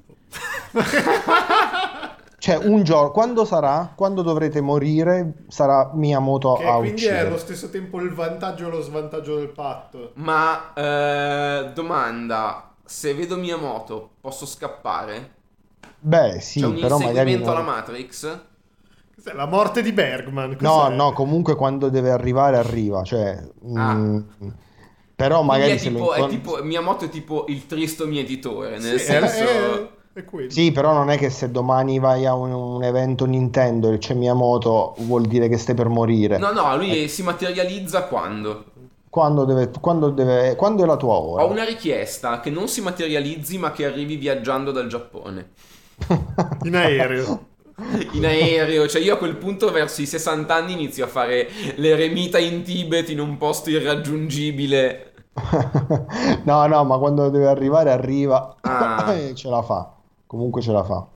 Cioè, un giorno, quando sarà? Quando dovrete morire, sarà Miyamoto Che a quindi è allo uccidere. stesso tempo il vantaggio e lo svantaggio del patto. Ma domanda, se vedo Miyamoto, posso scappare? Beh, C'è sì, un però magari inseguimento alla non... Matrix? Cos'è, la morte di Bergman, No, cos'è? no, comunque quando deve arrivare, arriva. Cioè, Ah, però quindi magari se lo è incontri... tipo, Miyamoto è tipo il Tristo mietitore, Sì, nel senso... è quello. Sì, però non è che se domani vai a un evento Nintendo e c'è Miyamoto vuol dire che stai per morire. No, no, lui Eh, si materializza quando? quando è la tua Ho ora? una richiesta, che non si materializzi ma che arrivi viaggiando dal Giappone. In aereo. In aereo, cioè io a quel punto verso i 60 anni inizio a fare l'eremita in Tibet in un posto irraggiungibile. No, no, ma quando deve arrivare, arriva Ah, e ce la fa. Comunque ce la fa.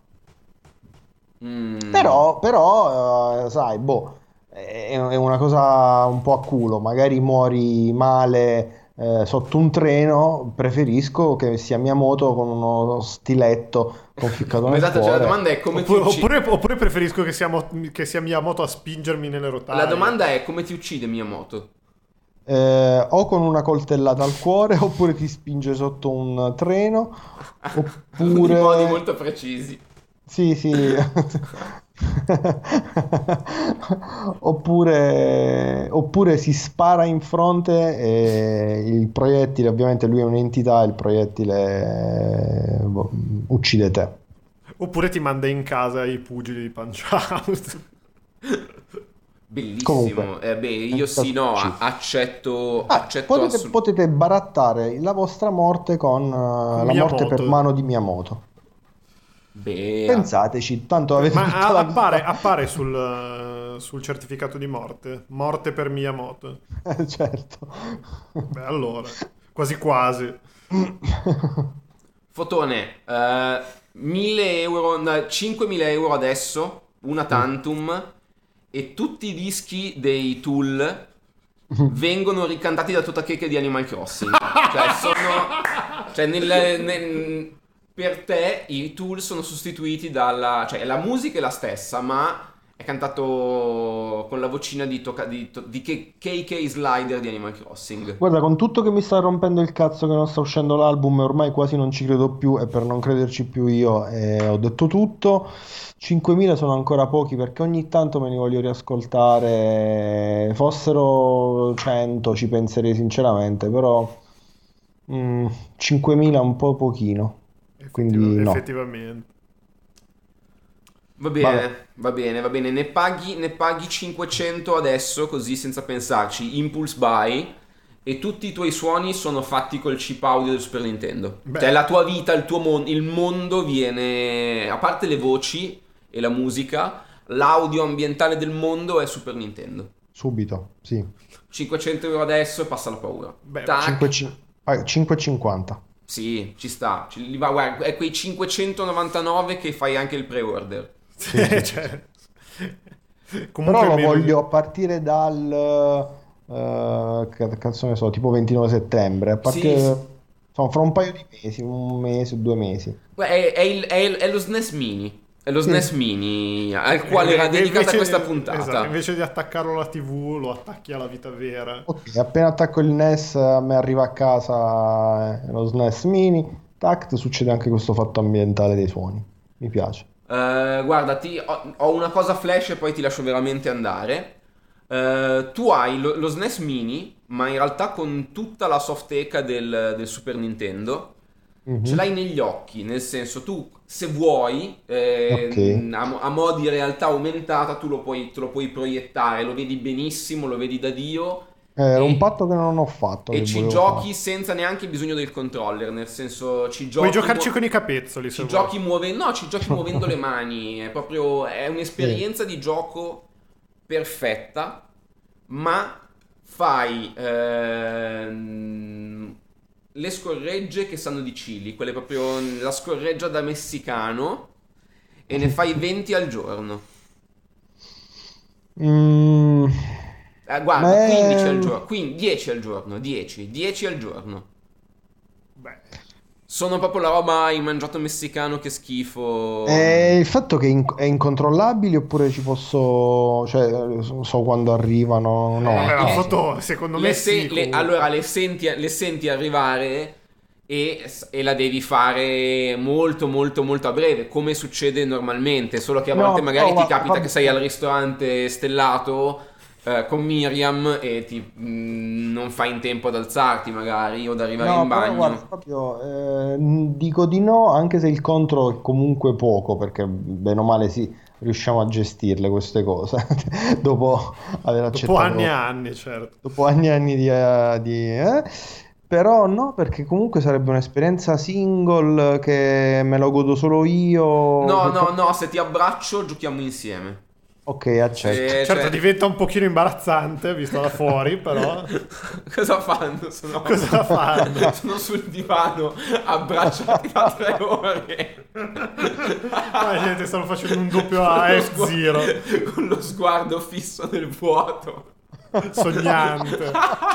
mm. Però, sai, boh, è una cosa un po' a culo. Magari muori male sotto un treno. Preferisco che sia Miyamoto con uno stiletto conficcato Ma nel esatto, cioè la cuore. domanda è come ti Oppure, uccide. oppure preferisco che sia Miyamoto a spingermi nelle La rotaie. domanda è come ti uccide Miyamoto. O con una coltellata al cuore, oppure ti spinge sotto un treno, Sono i modi oppure molto precisi. sì, sì. Oppure si spara in fronte e il proiettile, ovviamente lui è un'entità, il proiettile uccide te. Oppure ti manda in casa i pugili di Punch Out. Comunque, Bellissimo. Beh, io nel sì, caso no, uccide. accetto Potete, assolutamente. potete barattare la vostra morte con Con la morte per Miyamoto. mano di Miyamoto. Beh, Pensateci, tanto avete Ma tutta la appare, vita. appare sul certificato di morte. Morte per Miyamoto. Certo. Beh, allora. Quasi quasi. Fotone, 1000 euro, no, 5000 euro adesso, una tantum, e tutti i dischi dei Tool vengono ricantati da Totacheke di Animal Crossing. Cioè, cioè per te i Tool sono sostituiti dalla... Cioè, la musica è la stessa, ma è cantato con la vocina di KK Slider di Animal Crossing. Guarda, con tutto che mi sta rompendo il cazzo che non sta uscendo l'album e ormai quasi non ci credo più e per non crederci più io ho detto tutto. 5.000 sono ancora pochi perché ogni tanto me li voglio riascoltare. Fossero 100 ci penserei sinceramente, però 5.000 è un po' pochino, quindi no. Effettivamente. Va Vabbè. bene, va bene, va bene. Ne paghi 500 adesso, così senza pensarci. Impulse buy. E tutti i tuoi suoni sono fatti col chip audio del Super Nintendo. Cioè Beh, la tua vita, il tuo mondo, il mondo viene... A parte le voci e la musica, l'audio ambientale del mondo è Super Nintendo. Subito, sì. 500 euro adesso e passa la paura. beh, Tac. 5,50. Sì, ci sta. Guarda, è quei 599 che fai anche il pre-order. Sì, sì, sì, sì. cioè, Però comunque lo meno di... voglio a partire dal che cazzo ne so, tipo 29 settembre, a Sì, sì. partire insomma, fra un paio di mesi, un mese o 2 mesi. È lo SNES Mini. È lo Sì, SNES Mini al quale era dedicata questa esatto, puntata. invece di attaccarlo alla TV, lo attacchi alla vita vera. ok, appena attacco il NES, a me arriva a casa lo SNES Mini, tac, succede anche questo fatto ambientale dei suoni. Mi piace. Guarda, ho una cosa flash e poi ti lascio veramente andare. Tu hai lo SNES Mini, ma in realtà con tutta la softeca del Super Nintendo. Ce Mhm. l'hai negli occhi, nel senso tu se vuoi, Ok. a mo' di realtà aumentata, te lo puoi proiettare, lo vedi benissimo, lo vedi da Dio Era un e, patto che non ho fatto, e che ci volevo fare. giochi senza neanche bisogno del controller, nel senso Puoi giocarci con i capezzoli se ci vuoi. giochi no, ci giochi muovendo le mani, è Sì. un'esperienza di gioco perfetta, ma fai le scorregge che sanno di chili, quelle proprio la scorreggia da messicano e ne fai 20 al giorno. Guarda, Ma 15 al giorno, 10 al giorno, 10 al giorno. Beh, Sono proprio la roba hai mangiato messicano, che schifo. è il fatto che è incontrollabile oppure ci posso, cioè, so quando arrivano, no. vabbè, la eh, foto secondo me sì. Comunque. allora le senti arrivare e la devi fare molto molto molto a breve, come succede normalmente, solo che a No, volte magari no, ti capita va- che sei al ristorante stellato con Miriam e non fai in tempo ad alzarti magari o ad arrivare No, in però bagno. guarda, proprio dico di no, anche se il contro è comunque poco, perché bene o male sì, riusciamo a gestirle queste cose dopo aver Dopo anni e accettato, anni, certo. dopo anni e anni Però no, perché comunque sarebbe un'esperienza single che me lo godo solo io. No, no, no, se ti abbraccio giochiamo insieme. Ok, accetto. Certo, Cioè, diventa un pochino imbarazzante visto da fuori, però. cosa fanno? Sono, Cosa fanno? sono sul divano abbracciati da 3 ore. Ah, niente, stanno facendo un doppio a F-Zero, Con lo sguardo fisso nel vuoto. sognante.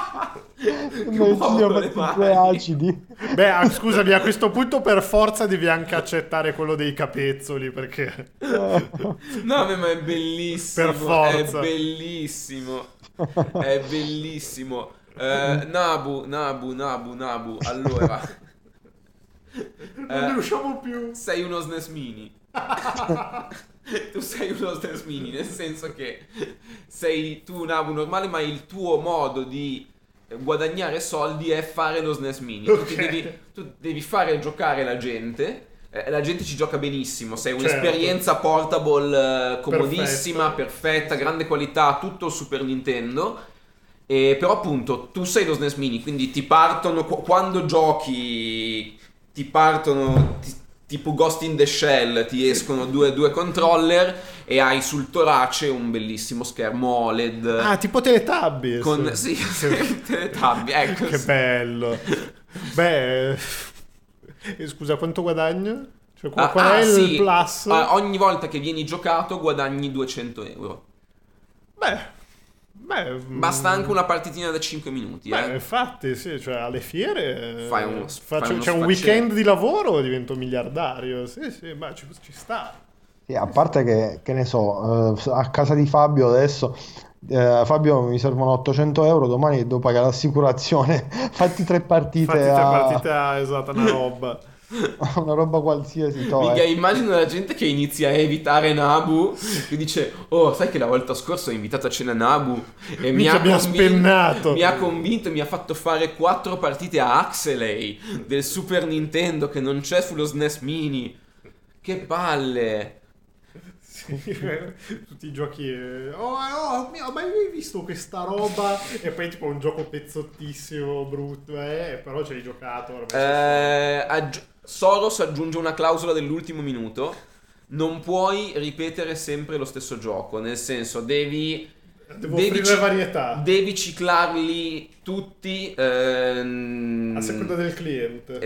Noi ci siamo Muovo le fatti due mani. acidi. Beh, scusami, a questo punto per forza devi anche accettare quello dei capezzoli, perché. No, ma è bellissimo. Per forza. È bellissimo. È bellissimo. Nabu. Allora. Non ne usciamo più. Sei uno SNES Mini. Tu sei uno SNES Mini, nel senso che sei tu un Nabu normale, ma il tuo modo di guadagnare soldi è fare lo SNES Mini. Ok. Tu devi fare giocare la gente. La gente ci gioca benissimo. Sei Certo. un'esperienza portable comodissima, perfetta, grande qualità, tutto Super Nintendo. Però appunto tu sei lo SNES Mini, quindi ti partono quando giochi, ti partono tipo Ghost in the Shell, ti escono due controller e hai sul torace un bellissimo schermo OLED Ah, tipo Teletubbies. con sì, Teletubby, ecco. Che bello. Beh, scusa, quanto guadagno? Cioè, qual è il sì, plus? ogni volta che vieni giocato guadagni 200 euro. Beh, Basta anche una partitina da 5 minuti. Beh, infatti, sì, cioè alle fiere Fai uno c'è un sfaccello. weekend di lavoro, divento miliardario. Sì, ma ci sta. Sì, a parte che ne so, a casa di Fabio adesso, Fabio mi servono 800 euro, domani devo pagare l'assicurazione, fatti 3 partite Fatti tre a partite esatto, una roba. a una roba qualsiasi. Mica immagino la gente che inizia a evitare Nabu, che dice: oh, sai che la volta scorsa ho invitato a cena Nabu e mi Mica ha mi ha spennato. mi ha convinto, mi ha fatto fare 4 partite a Axelay del Super Nintendo che non c'è sullo SNES Mini. Che palle! Tutti i giochi mio, ma hai visto questa roba? E poi tipo un gioco pezzottissimo brutto, però ci hai giocato ormai. Soros aggiunge una clausola dell'ultimo minuto: non puoi ripetere sempre lo stesso gioco, nel senso devi offrire varietà devi ciclarli tutti a seconda del cliente.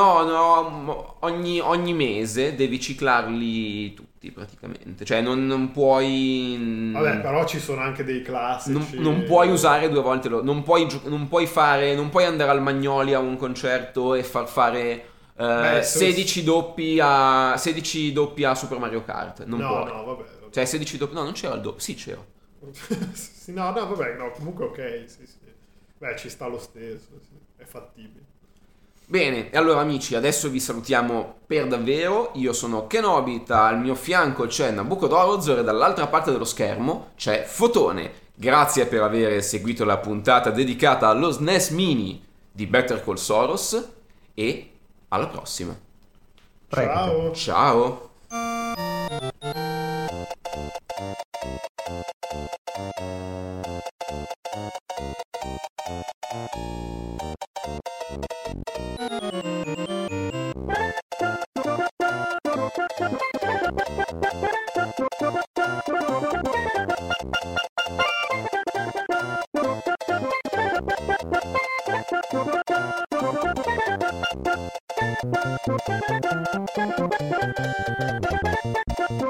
no, ogni mese devi ciclarli tutti praticamente, cioè non puoi Vabbè, però ci sono anche dei classici. non puoi usare 2 volte non puoi andare al Magnoli a un concerto e far fare 16 doppi a Super Mario Kart. Non No, puoi. no, vabbè. Cioè 16 doppi. No, non c'era il doppio. Sì, c'era. Sì, no, vabbè, no, comunque ok, sì. Beh, ci sta lo stesso, sì. È fattibile. Bene, e allora amici, adesso vi salutiamo per davvero. Io sono Kenobita, al mio fianco c'è Nabucodonosor e dall'altra parte dello schermo c'è Fotone. Grazie per aver seguito la puntata dedicata allo SNES Mini di Better Call Saul e alla prossima. Prego. Ciao. Ciao.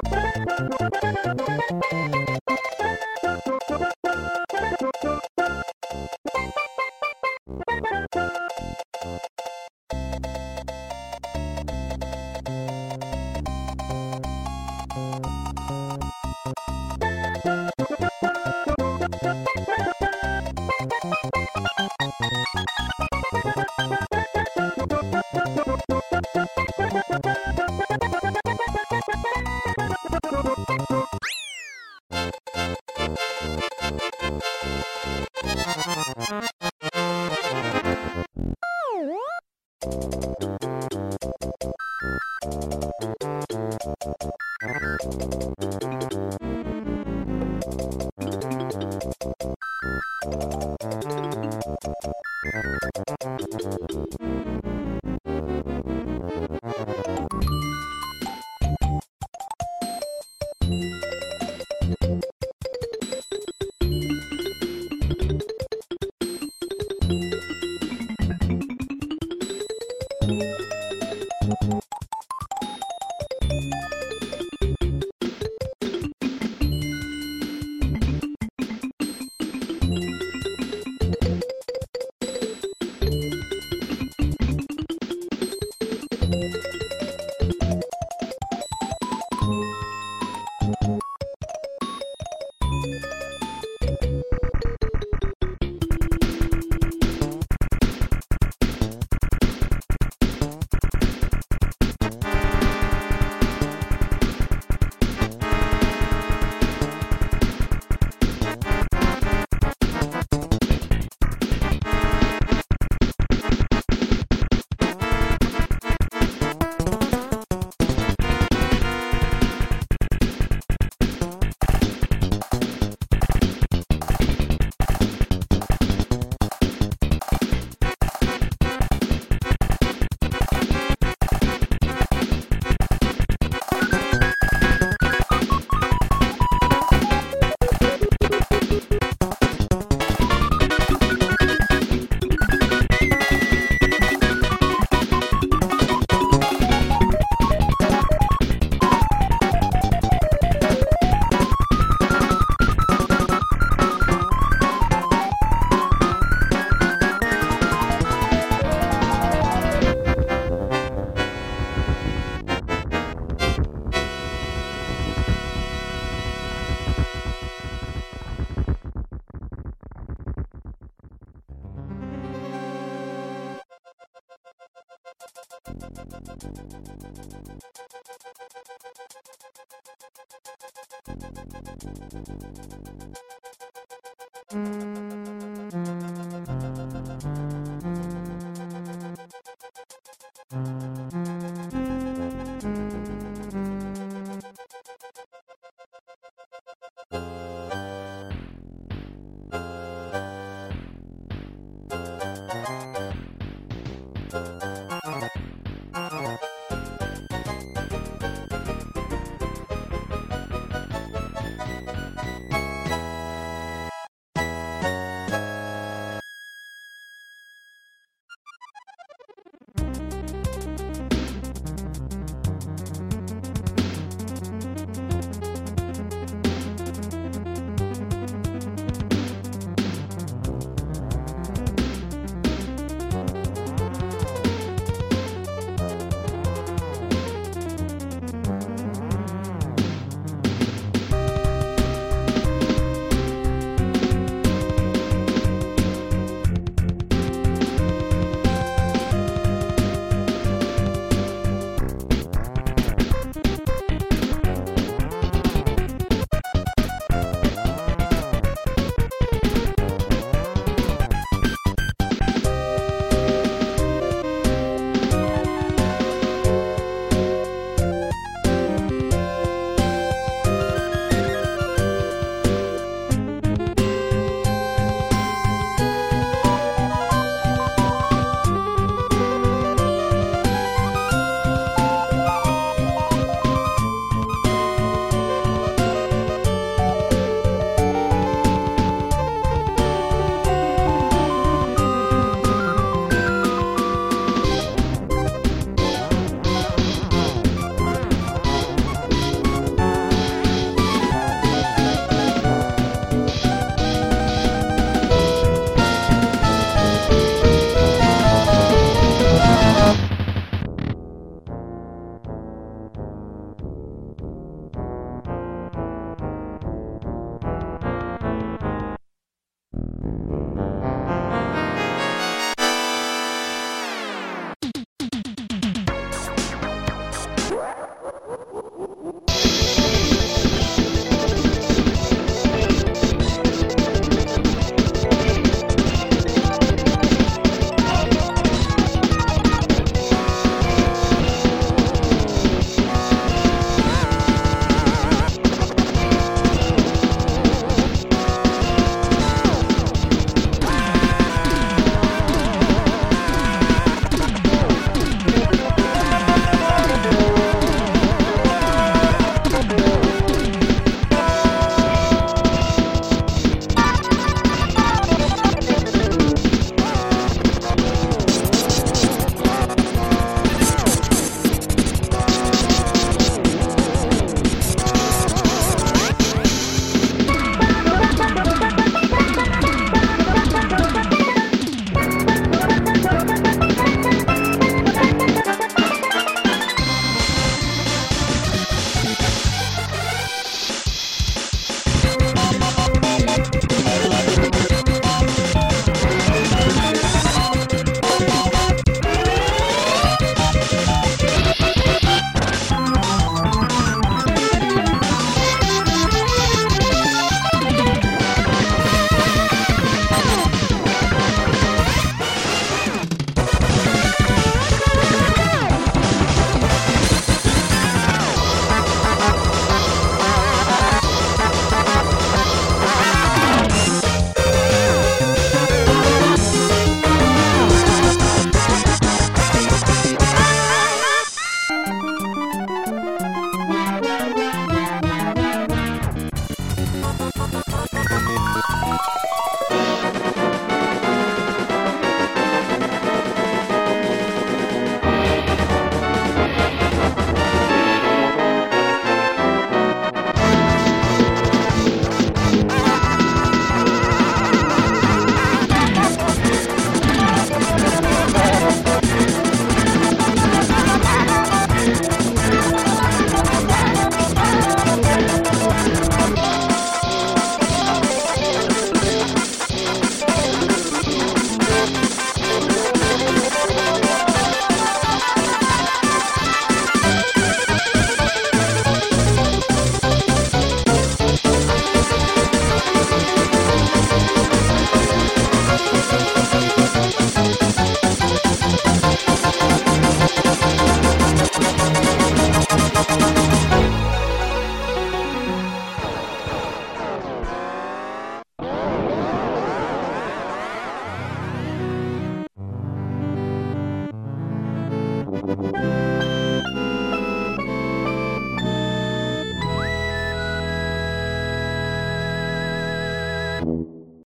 Ciao.